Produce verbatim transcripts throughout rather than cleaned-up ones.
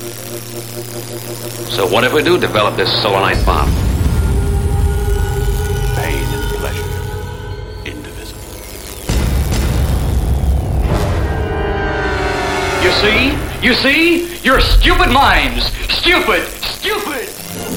So what if we do develop this solanite bomb? Pain and pleasure, indivisible. You see? You see? You're stupid minds! Stupid! Stupid!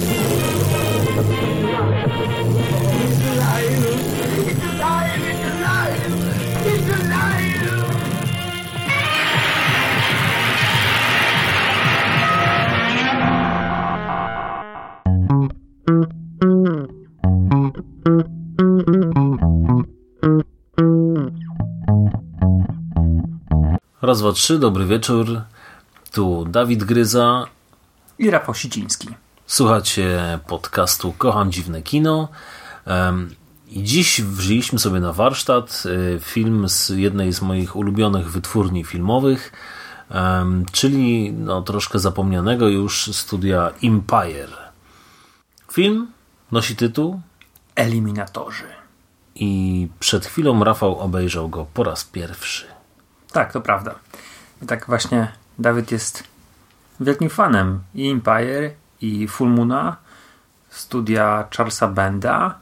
Raz, dwa, trzy, dobry wieczór. Tu Dawid Gryza i Rafał Siciński. Słuchacie podcastu Kocham Dziwne Kino. I dziś wzięliśmy sobie na warsztat film z jednej z moich ulubionych wytwórni filmowych, czyli no, troszkę zapomnianego już studia Empire. Film nosi tytuł Eliminatorzy. I przed chwilą Rafał obejrzał go po raz pierwszy. Tak, to prawda. I tak właśnie Dawid jest wielkim fanem i Empire, i Full Moona, studia Charlesa Banda.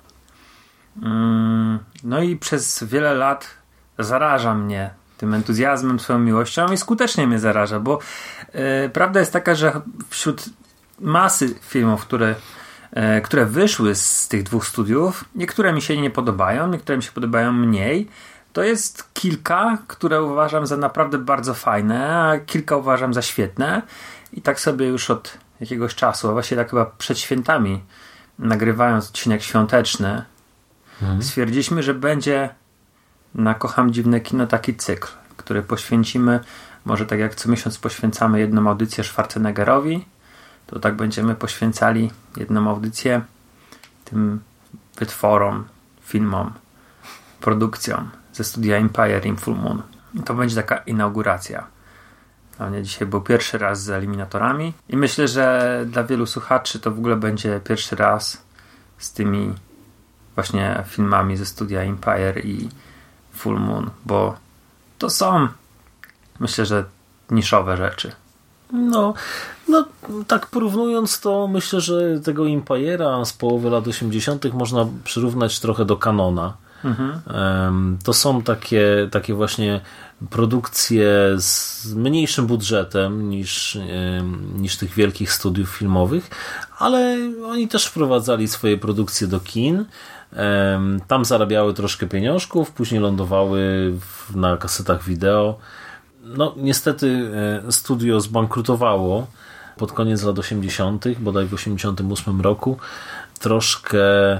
No i przez wiele lat zaraża mnie tym entuzjazmem, swoją miłością i skutecznie mnie zaraża, bo yy, prawda jest taka, że wśród masy filmów, które, yy, które wyszły z tych dwóch studiów, niektóre mi się nie podobają, niektóre mi się podobają mniej. To jest kilka, które uważam za naprawdę bardzo fajne, a kilka uważam za świetne. I tak sobie już od jakiegoś czasu, a właściwie tak chyba przed świętami, nagrywając odcinek świąteczny, hmm. stwierdziliśmy, że będzie na Kocham Dziwne Kino taki cykl, który poświęcimy, może tak jak co miesiąc poświęcamy jedną audycję Schwarzeneggerowi, to tak będziemy poświęcali jedną audycję tym wytworom, filmom, produkcjom ze studia Empire i Full Moon. To będzie taka inauguracja. Dla mnie dzisiaj był pierwszy raz z Eliminatorami i myślę, że dla wielu słuchaczy to w ogóle będzie pierwszy raz z tymi właśnie filmami ze studia Empire i Full Moon, bo to są, myślę, że niszowe rzeczy. No, no tak porównując to, myślę, że tego Empire'a z połowy lat osiemdziesiątych można przyrównać trochę do Canona. Mhm. To są takie, takie właśnie produkcje z mniejszym budżetem niż, niż tych wielkich studiów filmowych, ale oni też wprowadzali swoje produkcje do kin. Tam zarabiały troszkę pieniążków, później lądowały w, na kasetach wideo. No niestety studio zbankrutowało pod koniec lat osiemdziesiątych, bodaj w osiemdziesiątym ósmym roku. Troszkę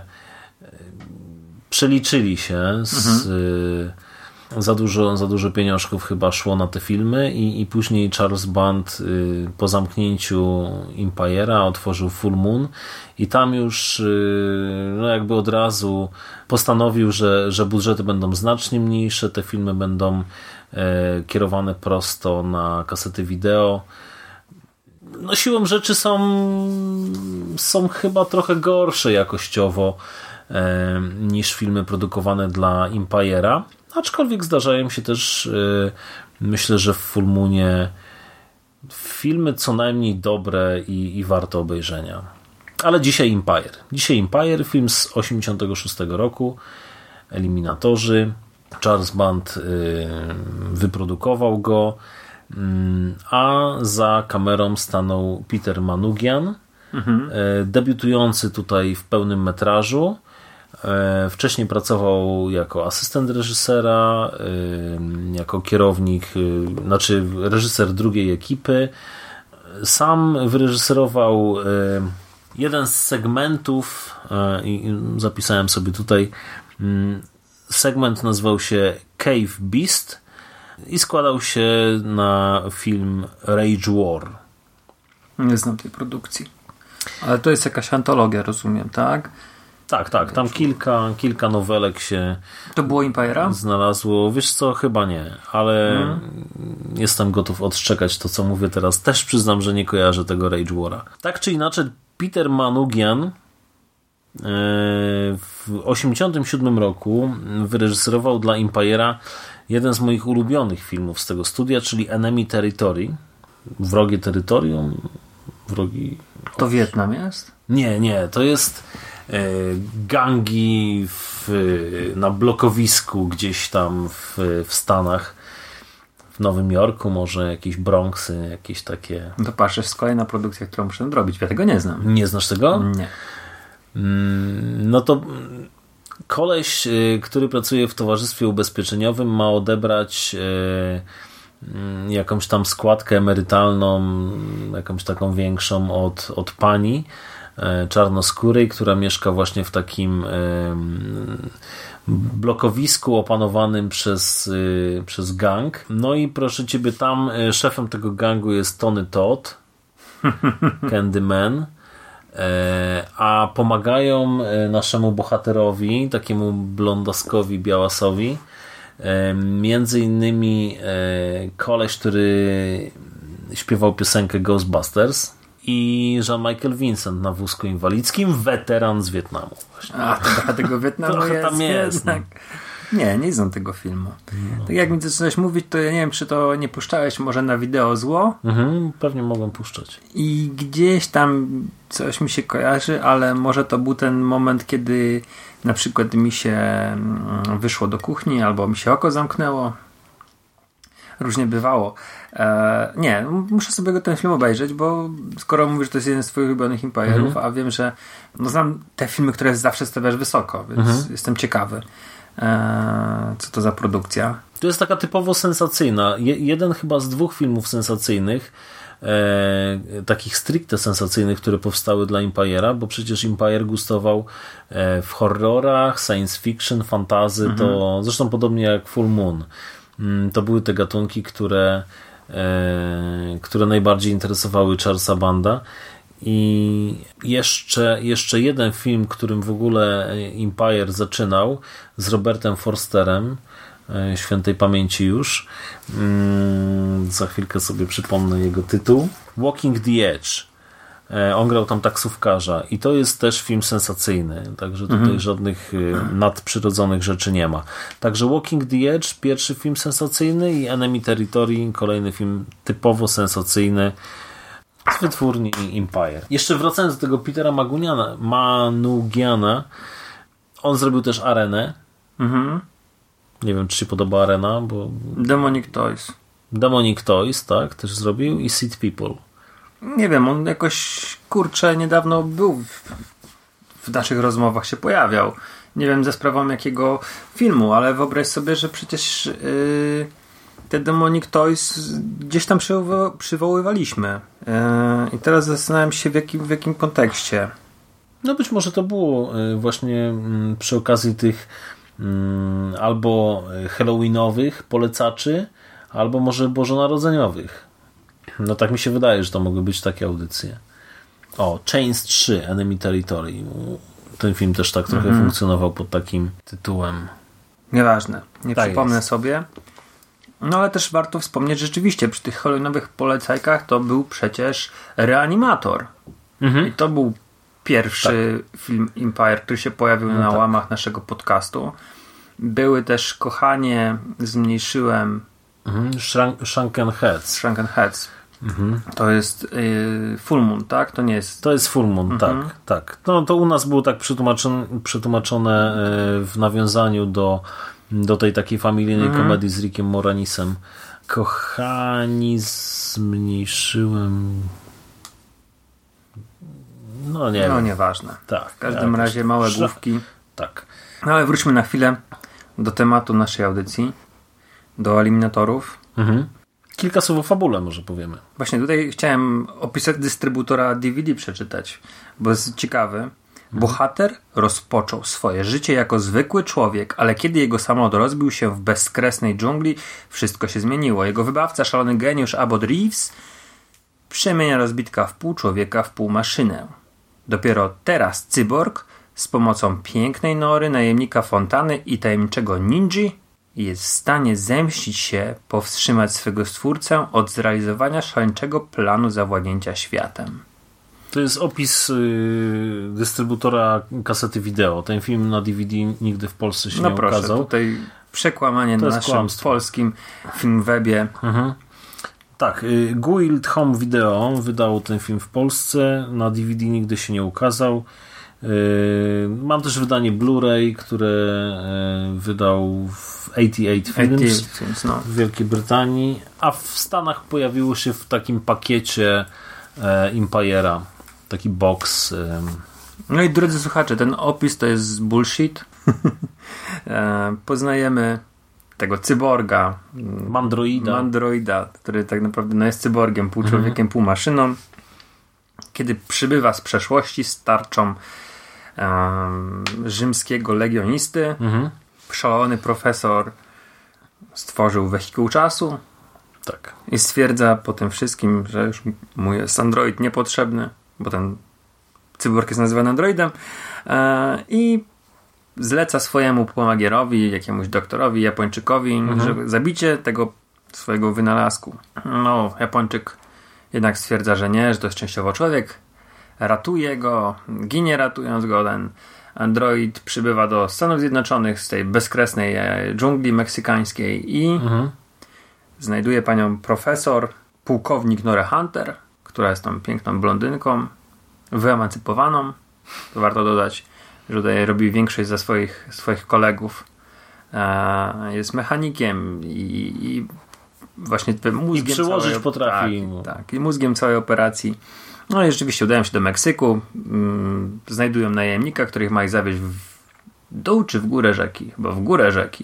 przeliczyli się z, mhm. za dużo, za dużo pieniążków chyba szło na te filmy i, i później Charles Band y, po zamknięciu Empire'a otworzył Full Moon i tam już y, no jakby od razu postanowił, że, że budżety będą znacznie mniejsze, te filmy będą y, kierowane prosto na kasety wideo. No siłą rzeczy są, są chyba trochę gorsze jakościowo niż filmy produkowane dla Empire'a, aczkolwiek zdarzają się też, myślę, że w Full Moonie filmy co najmniej dobre i, i warte obejrzenia. Ale dzisiaj Empire. Dzisiaj Empire, film z osiemdziesiątego szóstego roku, Eliminatorzy. Charles Band wyprodukował go, a za kamerą stanął Peter Manoogian, mhm. debiutujący tutaj w pełnym metrażu. Wcześniej pracował jako asystent reżysera, jako kierownik, znaczy reżyser drugiej ekipy. Sam wyreżyserował jeden z segmentów i zapisałem sobie tutaj. Segment nazywał się Cave Beast i składał się na film Rage War. Nie znam tej produkcji. Ale to jest jakaś antologia, rozumiem, tak? Tak, tak. Tam kilka, kilka nowelek się To było Empire'a? znalazło. Wiesz co, chyba nie, ale hmm. jestem gotów odszczekać to, co mówię teraz. Też przyznam, że nie kojarzę tego Rage War'a. Tak czy inaczej, Peter Manoogian w osiemdziesiątym siódmym roku wyreżyserował dla Empire'a jeden z moich ulubionych filmów z tego studia, czyli Enemy Territory. Wrogie Terytorium. Wrogi... To Wietnam jest? Nie, nie, to jest e, gangi w, na blokowisku gdzieś tam w, w Stanach, w Nowym Jorku, może jakieś Bronxy, jakieś takie... To patrzysz, z kolejna produkcja, którą muszę zrobić. Ja tego nie znam. Nie znasz tego? Nie. No to koleś, który pracuje w towarzystwie ubezpieczeniowym, ma odebrać jakąś tam składkę emerytalną, jakąś taką większą od, od pani czarnoskórej, która mieszka właśnie w takim blokowisku opanowanym przez, przez gang. No i proszę ciebie, tam szefem tego gangu jest Tony Todd, Candyman, a pomagają naszemu bohaterowi, takiemu blondaskowi, białasowi, między innymi koleś, który śpiewał piosenkę Ghostbusters, i Jean-Michael Vincent na wózku inwalidzkim, weteran z Wietnamu. Właśnie. A, to trochę tego Wietnamu trochę jest. tam jest. No. Nie, nie znam tego filmu. No. Tak jak mi zacząłeś mówić, to ja nie wiem, czy to nie puszczałeś może na wideo zło. Mhm, pewnie mogłem puszczać. I gdzieś tam coś mi się kojarzy, ale może to był ten moment, kiedy na przykład mi się wyszło do kuchni, albo mi się oko zamknęło. Różnie bywało. E, nie, muszę sobie go ten film obejrzeć, bo skoro mówisz, że to jest jeden z twoich ulubionych impierów, mhm. a wiem, że no znam te filmy, które zawsze stawiasz wysoko, więc mhm. jestem ciekawy, e, co to za produkcja. To jest taka typowo sensacyjna. Je, jeden chyba z dwóch filmów sensacyjnych, e, takich stricte sensacyjnych, które powstały dla Empira, bo przecież Empire gustował e, w horrorach, science fiction, fantasy, mhm. to zresztą podobnie jak Full Moon. To były te gatunki, które, e, które najbardziej interesowały Charlesa Banda. I jeszcze, jeszcze jeden film, którym w ogóle Empire zaczynał, z Robertem Forsterem, e, świętej pamięci już. Mm, za chwilkę sobie przypomnę jego tytuł. Walking the Edge. On grał tam taksówkarza i to jest też film sensacyjny, także tutaj mhm. żadnych nadprzyrodzonych rzeczy nie ma. Także Walking the Edge, pierwszy film sensacyjny, i Enemy Territory, kolejny film typowo sensacyjny z wytwórni Empire. Jeszcze wracając do tego Petera Manugiana, Manugiana, on zrobił też Arenę. Mhm. Nie wiem, czy ci podoba Arena, bo... Demonic Toys. Demonic Toys, tak, też zrobił, i Seed People. Nie wiem, on jakoś, kurczę, niedawno był w, w naszych rozmowach, się pojawiał. Nie wiem ze sprawą jakiego filmu, ale wyobraź sobie, że przecież yy, te Demonic Toys gdzieś tam przywo- przywoływaliśmy. Yy, I teraz zastanawiam się w jakim, w jakim kontekście. No być może to było właśnie przy okazji tych albo halloweenowych polecaczy, albo może bożonarodzeniowych. No tak mi się wydaje, że to mogły być takie audycje. O, Chains trzy, Enemy Territory. Ten film też tak trochę mhm. funkcjonował pod takim tytułem. Nieważne, nie tak przypomnę jest. sobie. No ale też warto wspomnieć, że rzeczywiście przy tych halloweenowych polecajkach to był przecież Reanimator. Mhm. I to był pierwszy tak. film Empire, który się pojawił no na tak. łamach naszego podcastu. Były też Kochanie, Zmniejszyłem. Mhm. Shrunk, Shrunken Heads. Shrunken Heads. Mhm. To jest yy, Full Moon, tak? To nie jest... To jest Full Moon, mhm. tak. tak. No, to u nas było tak przetłumaczone, przetłumaczone yy, w nawiązaniu do, do tej takiej familijnej mhm. komedii z Rickiem Moranisem. Kochani, zmniejszyłem... No nie No wiem. nieważne. Tak. W każdym ja razie małe Szra... główki. Tak. No ale wróćmy na chwilę do tematu naszej audycji. Do eliminatorów. Mhm. Kilka słów o fabule może powiemy. Właśnie tutaj chciałem opisać dystrybutora D V D przeczytać, bo jest ciekawy. Mhm. Bohater rozpoczął swoje życie jako zwykły człowiek, ale kiedy jego samolot rozbił się w bezkresnej dżungli, wszystko się zmieniło. Jego wybawca, szalony geniusz Abbott Reeves, przemienia rozbitka w pół człowieka, w pół maszynę. Dopiero teraz cyborg z pomocą pięknej Nory, najemnika Fontany i tajemniczego ninji jest w stanie zemścić się, powstrzymać swego stwórcę od zrealizowania szaleńczego planu zawładnięcia światem. To jest opis yy, dystrybutora kasety wideo. Ten film na D V D nigdy w Polsce się no nie proszę, ukazał. Tutaj przekłamanie to na naszym kłamstwo. Polskim Filmwebie. Mhm. Tak, Guild Home Video wydało ten film w Polsce, na D V D nigdy się nie ukazał. Mam też wydanie Blu-ray, które wydał w osiemdziesiąt osiem Films, Films no. w Wielkiej Brytanii, a w Stanach pojawiło się w takim pakiecie Empire'a, taki box. No i drodzy słuchacze, ten opis to jest bullshit. Poznajemy tego cyborga, Mandroida, Mandroida, który tak naprawdę no, jest cyborgiem, pół człowiekiem, mhm. pół maszyną. Kiedy przybywa z przeszłości z tarczą um, rzymskiego legionisty, mhm. szalony profesor stworzył wehikuł czasu. Tak. I stwierdza po tym wszystkim, że już mu jest android niepotrzebny, bo ten cyborg jest nazywany androidem, e, i zleca swojemu pomagierowi, jakiemuś doktorowi, Japończykowi, mhm. że zabicie tego swojego wynalazku. No, Japończyk jednak stwierdza, że nie, że to jest częściowo człowiek, ratuje go, ginie ratując go. Ten android przybywa do Stanów Zjednoczonych z tej bezkresnej dżungli meksykańskiej i mhm. znajduje panią profesor, pułkownik Norę Hunter, która jest tą piękną blondynką, wyemancypowaną. To warto dodać, że tutaj robi większość za swoich, swoich kolegów. E, jest mechanikiem i, i właśnie mózgiem I przyłożyć całej, potrafi. Tak, tak, i mózgiem całej operacji. No i rzeczywiście udają się do Meksyku, mm, znajdują najemnika, który ma ich zawieźć w dół czy w górę rzeki? Chyba w górę rzeki.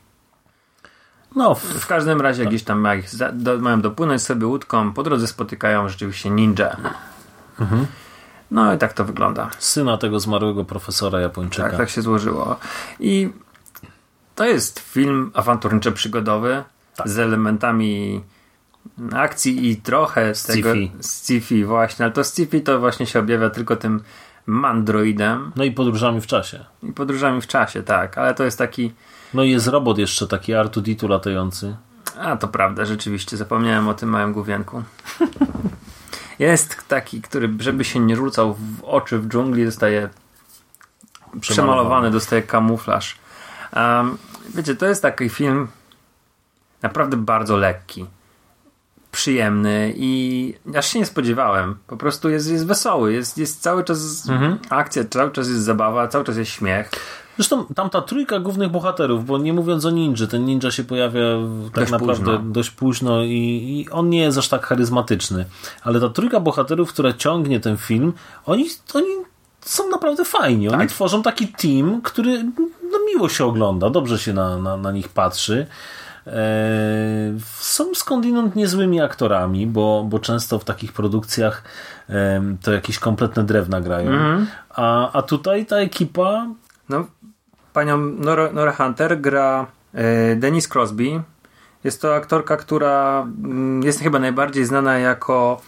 No, w, w każdym razie tak. Gdzieś tam ma ich za, do, mają dopłynąć sobie łódką, po drodze spotykają rzeczywiście ninja. Mhm. No i tak to wygląda. Syna tego zmarłego profesora Japończyka. Tak, tak się złożyło. I to jest film awanturniczo-przygodowy, tak. z elementami akcji i trochę z tego sci-fi właśnie, ale to sci-fi to właśnie się objawia tylko tym mandroidem. No i podróżami w czasie. I podróżami w czasie, tak, ale to jest taki... No i jest robot jeszcze taki R dwa D dwa latający. A to prawda, rzeczywiście, zapomniałem o tym małym główienku. Jest taki, który żeby się nie rzucał w oczy w dżungli, zostaje przemalowany, przemalowany dostaje kamuflaż. Um, wiecie, to jest taki film naprawdę bardzo lekki, przyjemny i aż się nie spodziewałem. Po prostu jest, jest wesoły, jest, jest cały czas mhm. akcja, cały czas jest zabawa, cały czas jest śmiech. Zresztą tam ta trójka głównych bohaterów, bo nie mówiąc o ninja, ten ninja się pojawia tak dość naprawdę późno. dość późno i, i on nie jest aż tak charyzmatyczny. Ale ta trójka bohaterów, która ciągnie ten film, oni, oni są naprawdę fajni. Oni tak. tworzą taki team, który no, miło się ogląda, dobrze się na, na, na nich patrzy. Eee, są skądinąd niezłymi aktorami, bo, bo często w takich produkcjach e, to jakieś kompletne drewna grają. Mm-hmm. A, a tutaj ta ekipa... No, panią Nora, Nora Hunter gra e, Denise Crosby. Jest to aktorka, która m, jest chyba najbardziej znana jako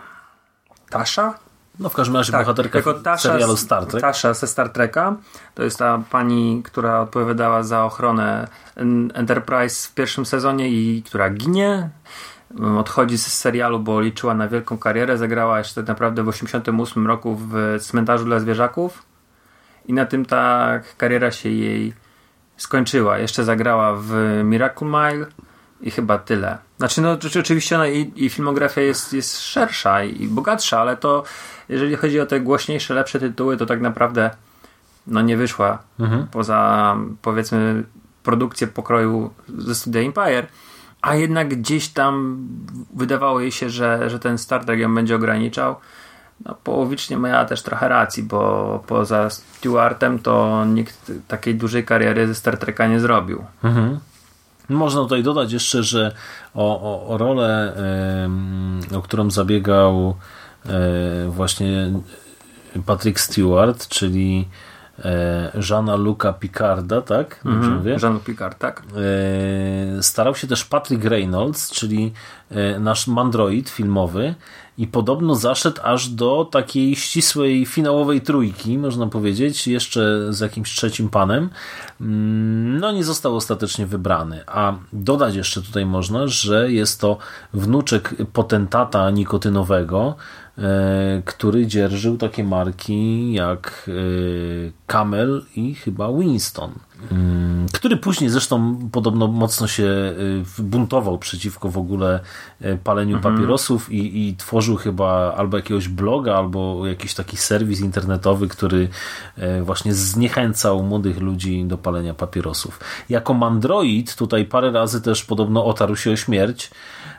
Tasha? No w każdym razie tak, bohaterka jako Tasha serialu Star Trek. Tasha ze Star Treka. To jest ta pani, która odpowiadała za ochronę Enterprise w pierwszym sezonie i która ginie. Odchodzi z serialu, bo liczyła na wielką karierę. Zagrała jeszcze tak naprawdę w osiemdziesiątym ósmym roku w Cmentarzu dla zwierzaków. I na tym ta kariera się jej skończyła. Jeszcze zagrała w Miracle Mile i chyba tyle. Znaczy, no oczywiście ona i, i filmografia jest, jest szersza i, i bogatsza, ale to jeżeli chodzi o te głośniejsze, lepsze tytuły, to tak naprawdę no nie wyszła mhm. poza powiedzmy produkcję pokroju ze studia Empire, a jednak gdzieś tam wydawało jej się, że, że ten Star Trek ją będzie ograniczał. No, połowicznie miała też trochę racji, bo poza Stewartem to nikt takiej dużej kariery ze Star Treka nie zrobił. Mhm. Można tutaj dodać jeszcze, że o, o, o rolę, yy, o którą zabiegał yy, właśnie Patrick Stewart, czyli Jeana-Luca Picarda, tak? Dobrze mówię? Jean-Luc Picard, tak. Starał się też Patrick Reynolds, czyli nasz mandroid filmowy i podobno zaszedł aż do takiej ścisłej finałowej trójki, można powiedzieć, jeszcze z jakimś trzecim panem. No nie został ostatecznie wybrany. A dodać jeszcze tutaj można, że jest to wnuczek potentata nikotynowego, który dzierżył takie marki jak Camel i chyba Winston. który później zresztą podobno mocno się buntował przeciwko w ogóle paleniu mhm. papierosów i, i tworzył chyba albo jakiegoś bloga, albo jakiś taki serwis internetowy, który właśnie zniechęcał młodych ludzi do palenia papierosów. Jako mandroid tutaj parę razy też podobno otarł się o śmierć,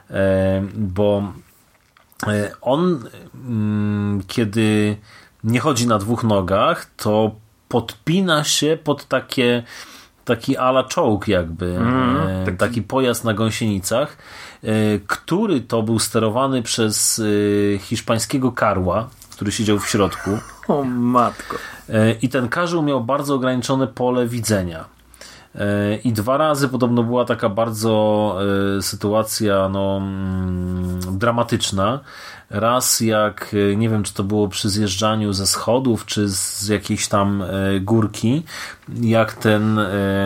bo on kiedy nie chodzi na dwóch nogach, to podpina się pod takie taki ala czołg jakby, mm, taki... taki pojazd na gąsienicach, który to był sterowany przez hiszpańskiego karła, który siedział w środku. O matko. I ten karzeł miał bardzo ograniczone pole widzenia. I dwa razy podobno była taka bardzo sytuacja no, dramatyczna. Raz jak, nie wiem czy to było przy zjeżdżaniu ze schodów, czy z jakiejś tam górki, jak ten,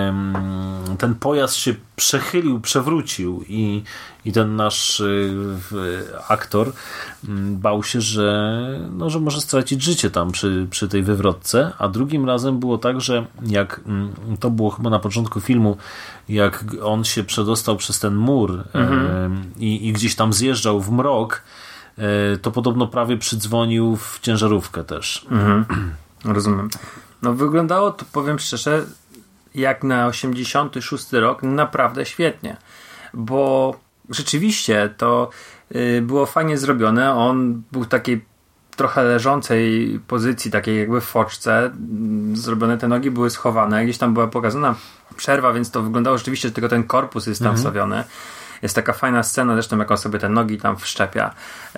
ten pojazd się przechylił, przewrócił i, i ten nasz aktor bał się, że, no, że może stracić życie tam przy, przy tej wywrotce, a drugim razem było tak, że jak to było chyba na początku filmu, jak on się przedostał przez ten mur mhm. i, i gdzieś tam zjeżdżał w mrok, to podobno prawie przydzwonił w ciężarówkę też. Mhm. Rozumiem. No wyglądało to, powiem szczerze, jak na osiemdziesiąty szósty rok naprawdę świetnie, bo rzeczywiście to y, było fajnie zrobione. On był w takiej trochę leżącej pozycji, takiej jakby w foczce. Zrobione te nogi były schowane. Gdzieś tam była pokazana przerwa, więc to wyglądało rzeczywiście, że tylko ten korpus jest tam mhm. wstawiony. Jest taka fajna scena, zresztą jak on sobie te nogi tam wszczepia.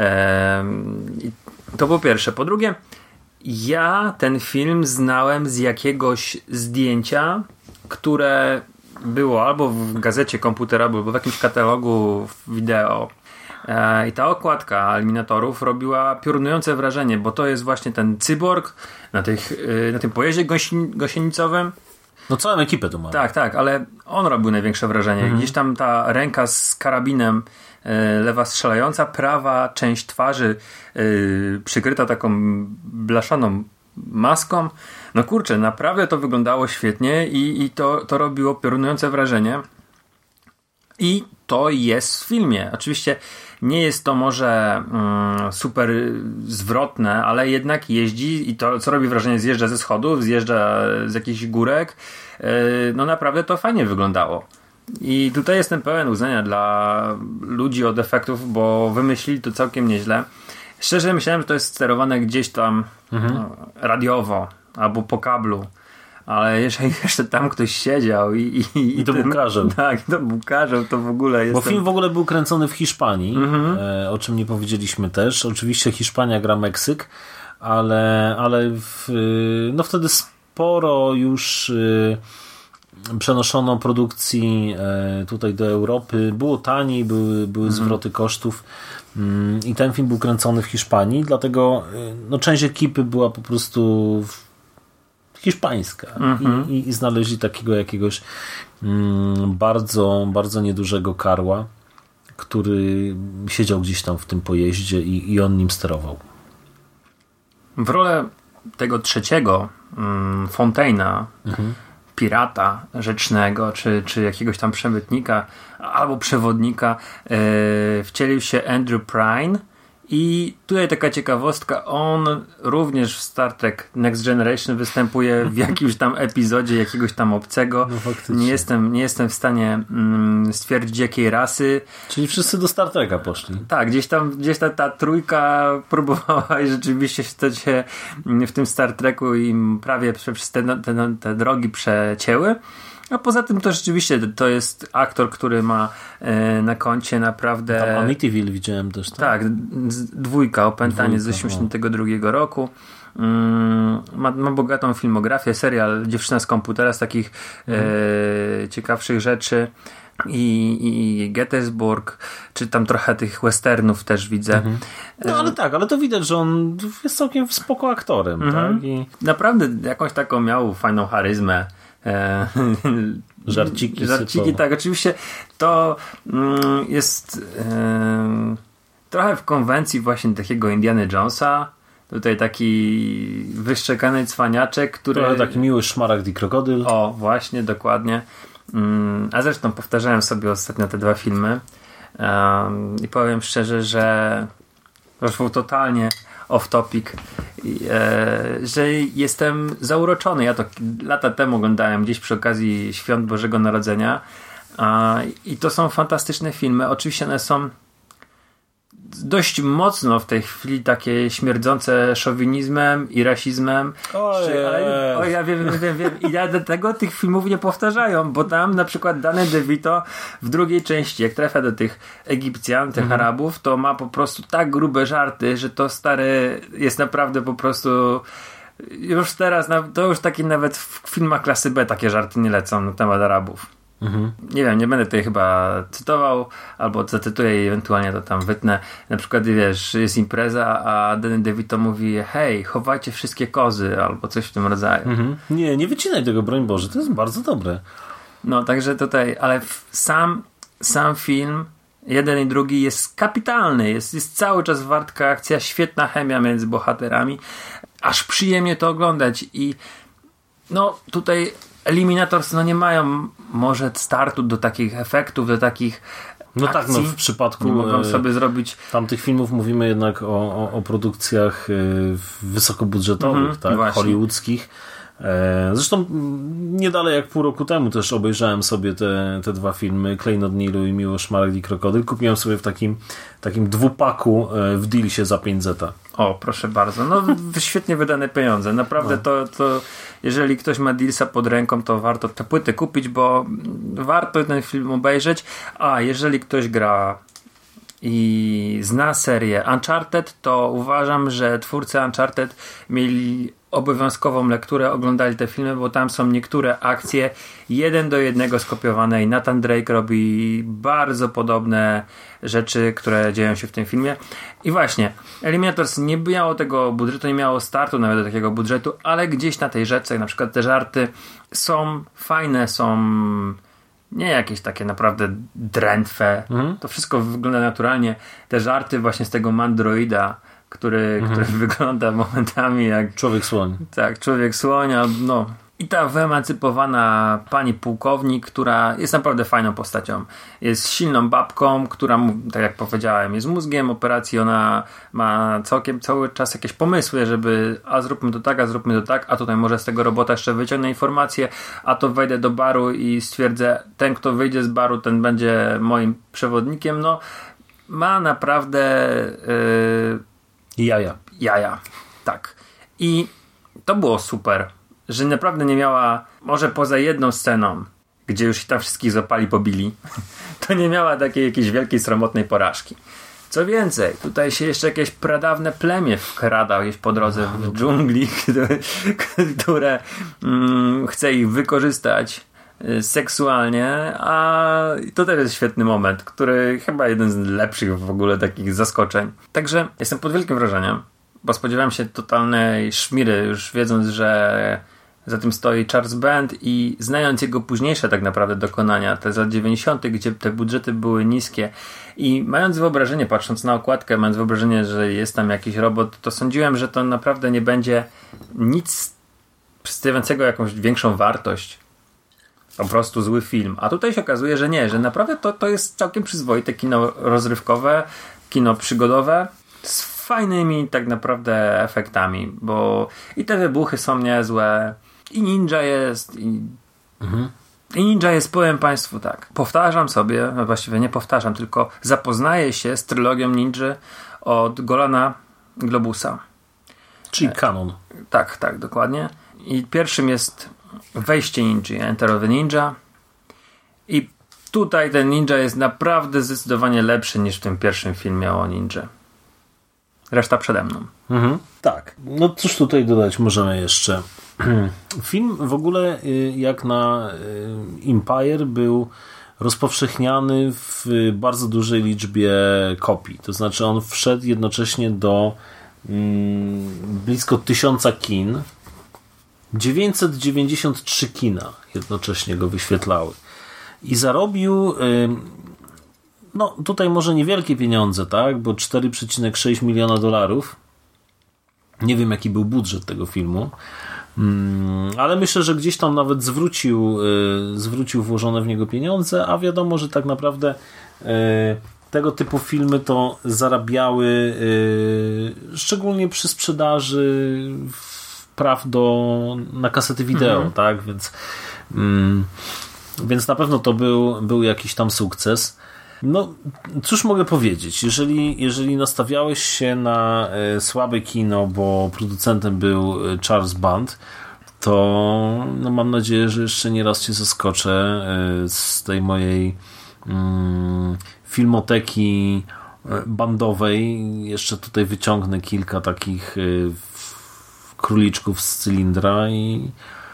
Ehm, to po pierwsze. Po drugie, ja ten film znałem z jakiegoś zdjęcia, które było albo w gazecie komputerowej, albo w jakimś katalogu wideo. E, I ta okładka eliminatorów robiła piorunujące wrażenie, bo to jest właśnie ten cyborg na, tych, na tym pojeździe gąsi- gąsienicowym. No całą ekipę tu mamy. Tak, tak, ale on robił największe wrażenie. Mhm. Gdzieś tam ta ręka z karabinem, e, lewa strzelająca, prawa część twarzy e, przykryta taką blaszaną maską. No kurczę, naprawdę to wyglądało świetnie i, i to, to robiło piorunujące wrażenie. I to jest w filmie. Oczywiście nie jest to może mm, super zwrotne, ale jednak jeździ i to, co robi wrażenie, zjeżdża ze schodów, zjeżdża z jakichś górek. Yy, no naprawdę to fajnie wyglądało. I tutaj jestem pełen uznania dla ludzi od efektów, bo wymyślili to całkiem nieźle. Szczerze myślałem, że to jest sterowane gdzieś tam mhm. no, radiowo albo po kablu. Ale jeżeli jeszcze tam ktoś siedział i, i, I to ten, był karzeł. Tak, to był karzeł, to w ogóle jest. Bo film w ogóle był kręcony w Hiszpanii, mm-hmm. e, o czym nie powiedzieliśmy też. Oczywiście Hiszpania gra Meksyk, ale, ale w, no wtedy sporo już y, przenoszono produkcji y, tutaj do Europy. Było taniej, były, były mm-hmm. zwroty kosztów. I ten film był kręcony w Hiszpanii, dlatego no, część ekipy była po prostu hiszpańska mm-hmm. I, i znaleźli takiego jakiegoś mm, bardzo, bardzo niedużego karła, który siedział gdzieś tam w tym pojeździe i, i on nim sterował. W rolę tego trzeciego mm, Fontaina, mm-hmm. pirata rzecznego, czy, czy jakiegoś tam przemytnika albo przewodnika yy, wcielił się Andrew Prine. I tutaj taka ciekawostka, on również w Star Trek Next Generation występuje w jakimś tam epizodzie jakiegoś tam obcego. No nie, jestem, nie jestem w stanie mm, stwierdzić jakiej rasy. Czyli wszyscy do Star Treka poszli. Tak, gdzieś tam gdzieś ta, ta trójka próbowała i rzeczywiście się w tym Star Treku im prawie przez te, te, te drogi przecięły. A poza tym to rzeczywiście to jest aktor, który ma e, na koncie naprawdę... Tam Amityville widziałem też. Tak, tak dwójka, Opętanie z osiemdziesiątego drugiego roku. Mm, ma, ma bogatą filmografię, serial Dziewczyna z komputera z takich mm. e, ciekawszych rzeczy. I, i Gettysburg, czy tam trochę tych westernów też widzę. Mhm. No ale tak, ale to widać, że on jest całkiem spoko aktorem. Mhm. Tak? I... Naprawdę jakąś taką miał fajną charyzmę. Żarciki. Żarciki, tak. Oczywiście to mm, jest e, trochę w konwencji właśnie takiego Indiana Jonesa, Tutaj taki wyszczekany cwaniaczek, który... Trochę taki miły szmaragd i krokodyl. O, właśnie, dokładnie. Mm, a zresztą powtarzałem sobie ostatnio te dwa filmy um, i powiem szczerze, że poszło totalnie off topic, e, że jestem zauroczony. Ja to lata temu oglądałem gdzieś przy okazji Świąt Bożego Narodzenia a, i to są fantastyczne filmy. Oczywiście one są dość mocno w tej chwili takie śmierdzące szowinizmem i rasizmem. Ojej. Ale, o, ja wiem, wiem, wiem. I ja do tego tych filmów nie powtarzają, bo tam na przykład Danny DeVito w drugiej części, jak trafia do tych Egipcjan, tych mhm. Arabów, to ma po prostu tak grube żarty, że to stary jest naprawdę po prostu już teraz, to już takie nawet w filmach klasy B takie żarty nie lecą na temat Arabów. Mhm. Nie wiem, nie będę tutaj chyba cytował, albo zacytuję i ewentualnie to tam wytnę. Na przykład, wiesz, jest impreza, a Danny DeVito mówi: hej, chowajcie wszystkie kozy, albo coś w tym rodzaju. Mhm. Nie, nie wycinaj tego, broń Boże, to jest bardzo dobre. No, także tutaj, ale sam, sam film, jeden i drugi, jest kapitalny, jest, jest cały czas wartka akcja, świetna chemia między bohaterami, aż przyjemnie to oglądać i no, tutaj Eliminators no nie mają może startu do takich efektów, do takich no akcji. Tak, no w przypadku nie mogą sobie zrobić tamtych filmów mówimy jednak o, o, o produkcjach wysokobudżetowych, mm-hmm, tak, właśnie. Hollywoodzkich. Zresztą nie dalej jak pół roku temu też obejrzałem sobie te, te dwa filmy, Klejnot Nilu i Miłosz Szmaragd i Krokodyl. Kupiłem sobie w takim, takim dwupaku w dealsie za pięć zeta. O, proszę bardzo. No świetnie wydane pieniądze. Naprawdę no. to, to jeżeli ktoś ma dealsa pod ręką, to warto te płyty kupić, bo warto ten film obejrzeć. A jeżeli ktoś gra i zna serię Uncharted, to uważam, że twórcy Uncharted mieli obowiązkową lekturę, oglądali te filmy, bo tam są niektóre akcje jeden do jednego skopiowane i Nathan Drake robi bardzo podobne rzeczy, które dzieją się w tym filmie. I właśnie, Eliminators nie miało tego budżetu, nie miało startu nawet do takiego budżetu, ale gdzieś na tej rzece, na przykład te żarty są fajne, są nie jakieś takie naprawdę drętwe. Mhm. To wszystko wygląda naturalnie. Te żarty właśnie z tego Mandroida, który, mhm. który wygląda momentami jak człowiek-słoń. Tak, człowiek-słoń, no. I ta wyemancypowana pani pułkownik, która jest naprawdę fajną postacią. Jest silną babką, która, tak jak powiedziałem, jest mózgiem operacji. Ona ma całkiem cały czas jakieś pomysły, żeby a zróbmy to tak, a zróbmy to tak, a tutaj może z tego robota jeszcze wyciągnę informacje, a to wejdę do baru i stwierdzę, ten kto wyjdzie z baru, ten będzie moim przewodnikiem. No, ma naprawdę yy, jaja. Jaja, tak. I to było super, że naprawdę nie miała, może poza jedną sceną, gdzie już tam wszystkich zapali, pobili, to nie miała takiej jakiejś wielkiej, sromotnej porażki. Co więcej, tutaj się jeszcze jakieś pradawne plemię wkrada gdzieś po drodze w dżungli, które, które mm, chce ich wykorzystać seksualnie, a to też jest świetny moment, który chyba jeden z lepszych w ogóle takich zaskoczeń. Także jestem pod wielkim wrażeniem, bo spodziewałem się totalnej szmiry, już wiedząc, że za tym stoi Charles Band i znając jego późniejsze tak naprawdę dokonania, te z lat dziewięćdziesiątych, gdzie te budżety były niskie i mając wyobrażenie, patrząc na okładkę, mając wyobrażenie, że jest tam jakiś robot, to sądziłem, że to naprawdę nie będzie nic przedstawiającego jakąś większą wartość. Po prostu zły film. A tutaj się okazuje, że nie, że naprawdę to, to jest całkiem przyzwoite kino rozrywkowe, kino przygodowe z fajnymi tak naprawdę efektami, bo i te wybuchy są niezłe, i ninja jest, i, mhm. i ninja jest, powiem Państwu tak, powtarzam sobie, właściwie nie powtarzam, tylko zapoznaję się z trylogią ninja od Golana Globusa. Czyli kanon. Tak, tak, dokładnie. I pierwszym jest Wejście ninja, Enter of the Ninja. I tutaj ten ninja jest naprawdę zdecydowanie lepszy niż w tym pierwszym filmie o ninja. Reszta przede mną. Mhm. Tak. No cóż tutaj dodać możemy jeszcze. Film w ogóle jak na Empire był rozpowszechniany w bardzo dużej liczbie kopii. To znaczy on wszedł jednocześnie do mm, blisko tysiąca kin. dziewięćset dziewięćdziesiąt trzy kina jednocześnie go wyświetlały. I zarobił no tutaj może niewielkie pieniądze, tak? Bo cztery przecinek sześć miliona dolarów. Nie wiem, jaki był budżet tego filmu, ale myślę, że gdzieś tam nawet zwrócił, zwrócił włożone w niego pieniądze, a wiadomo, że tak naprawdę tego typu filmy to zarabiały szczególnie przy sprzedaży praw do, na kasety wideo, mhm. tak? Więc, więc na pewno to był, był jakiś tam sukces. No, cóż mogę powiedzieć? Jeżeli, jeżeli nastawiałeś się na e, słabe kino, bo producentem był Charles Band, to no, mam nadzieję, że jeszcze nie raz cię zaskoczę e, z tej mojej mm, filmoteki bandowej. Jeszcze tutaj wyciągnę kilka takich e, króliczków z cylindra i,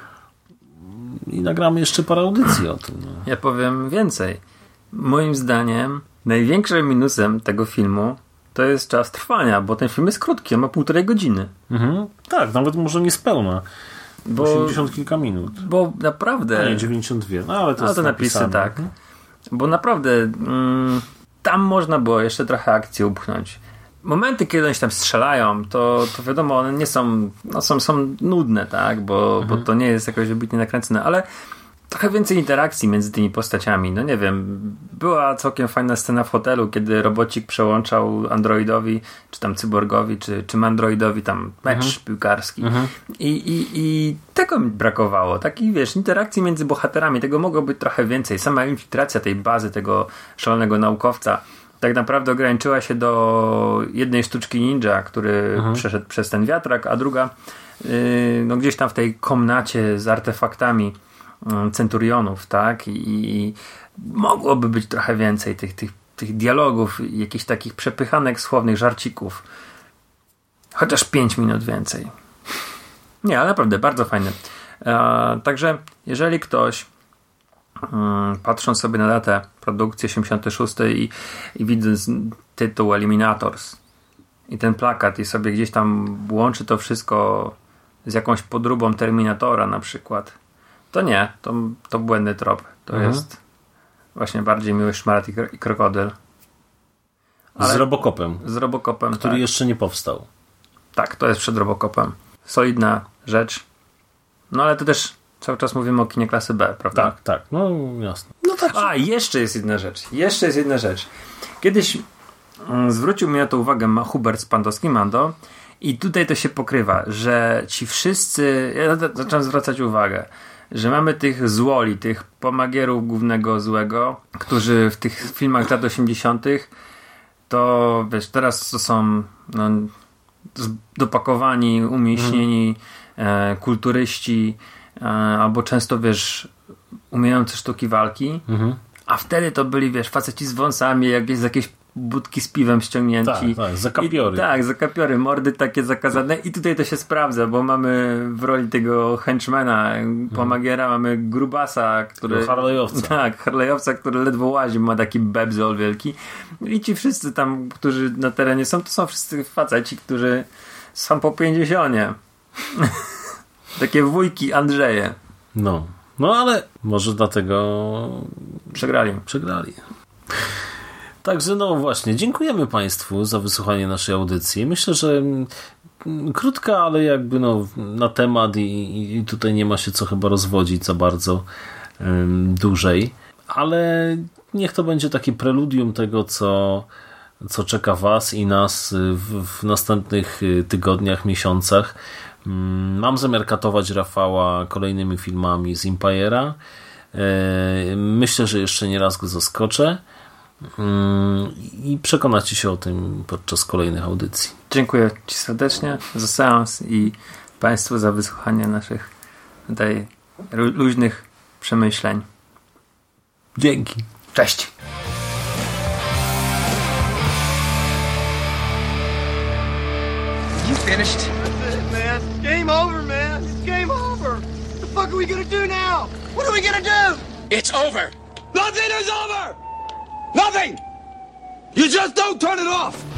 i nagramy jeszcze parę audycji o tym. No. Ja powiem więcej. Moim zdaniem największym minusem tego filmu to jest czas trwania, bo ten film jest krótki, on ma półtorej godziny. Mhm. Tak, nawet może niespełna. Bo osiemdziesiąt kilka minut. Bo naprawdę... A nie, dziewięćdziesiąt dwa. No ale to, no, jest to napisy, napisane. tak. Bo naprawdę mm, tam można było jeszcze trochę akcji upchnąć. Momenty, kiedy oni się tam strzelają, to, to wiadomo, one nie są, no są, są nudne, tak, bo, mhm. bo to nie jest jakoś wybitnie nakręcone, ale trochę więcej interakcji między tymi postaciami. No nie wiem, była całkiem fajna scena w hotelu, kiedy robocik przełączał androidowi, czy tam cyborgowi, czy, czy mandroidowi tam mecz mhm. piłkarski. Mhm. I, i, I tego mi brakowało. Takich, wiesz, interakcji między bohaterami. Tego mogło być trochę więcej. Sama infiltracja tej bazy, tego szalonego naukowca tak naprawdę ograniczyła się do jednej sztuczki ninja, który mhm. przeszedł przez ten wiatrak, a druga yy, no gdzieś tam w tej komnacie z artefaktami centurionów, tak? I, i mogłoby być trochę więcej tych, tych, tych dialogów, jakichś takich przepychanek słownych, żarcików. Chociaż pięć minut więcej. Nie, ale naprawdę bardzo fajny. E, także jeżeli ktoś um, patrząc sobie na datę produkcji osiemdziesiątej szóstej i, i widząc tytuł Eliminators i ten plakat i sobie gdzieś tam łączy to wszystko z jakąś podróbą Terminatora na przykład, to nie, to, to błędny trop. To mhm. jest właśnie bardziej Miłość, Szmarat i, i Krokodyl. Ale z Robocopem. Z Robocopem, który tak. jeszcze nie powstał. Tak, to jest przed Robocopem. Solidna rzecz. No ale to też cały czas mówimy o kinie klasy B, prawda? Tak, tak, no jasne. No tak. A, jeszcze jest jedna rzecz. Jeszcze jest jedna rzecz. Kiedyś mm, zwrócił mi na to uwagę Hubert Spandowski, Mando, i tutaj to się pokrywa, że ci wszyscy, ja zacząłem zwracać uwagę, że mamy tych złoli, tych pomagierów głównego złego, którzy w tych filmach lat osiemdziesiątych to wiesz, teraz to są no, dopakowani, umieśnieni mm. e, kulturyści e, albo często wiesz umiejący sztuki walki, mm-hmm. a wtedy to byli wiesz faceci z wąsami, jakieś z jakiejś budki z piwem ściągnięci. Tak, tak, zakapiory. I, tak, zakapiory, mordy takie zakazane i tutaj to się sprawdza, bo mamy w roli tego henchmana, pomagiera, hmm. mamy grubasa, który... Harley'owca. Tak, Harley'owca, który ledwo łazi, ma taki bebzol wielki. I ci wszyscy tam, którzy na terenie są, to są wszyscy faceci, którzy są po pięćdziesiącie. Takie wujki Andrzeje. No, no ale może dlatego przegrali. Przegrali. Także no właśnie, dziękujemy Państwu za wysłuchanie naszej audycji. Myślę, że krótka, ale jakby no na temat i, i tutaj nie ma się co chyba rozwodzić za bardzo um, dłużej, ale niech to będzie takie preludium tego, co, co czeka Was i nas w, w następnych tygodniach, miesiącach. Mam zamiar katować Rafała kolejnymi filmami z Empire'a. Myślę, że jeszcze nie raz go zaskoczę. I przekonacie się o tym podczas kolejnych audycji. Dziękuję Ci serdecznie za seans i Państwu za wysłuchanie naszych tutaj luźnych przemyśleń. Dzięki. Cześć. You finished? That's it, man. It's game over, man. It's game over. What the fuck are we gonna do now? What are we gonna do? It's over. Nothing is over! Nothing! You just don't turn it off!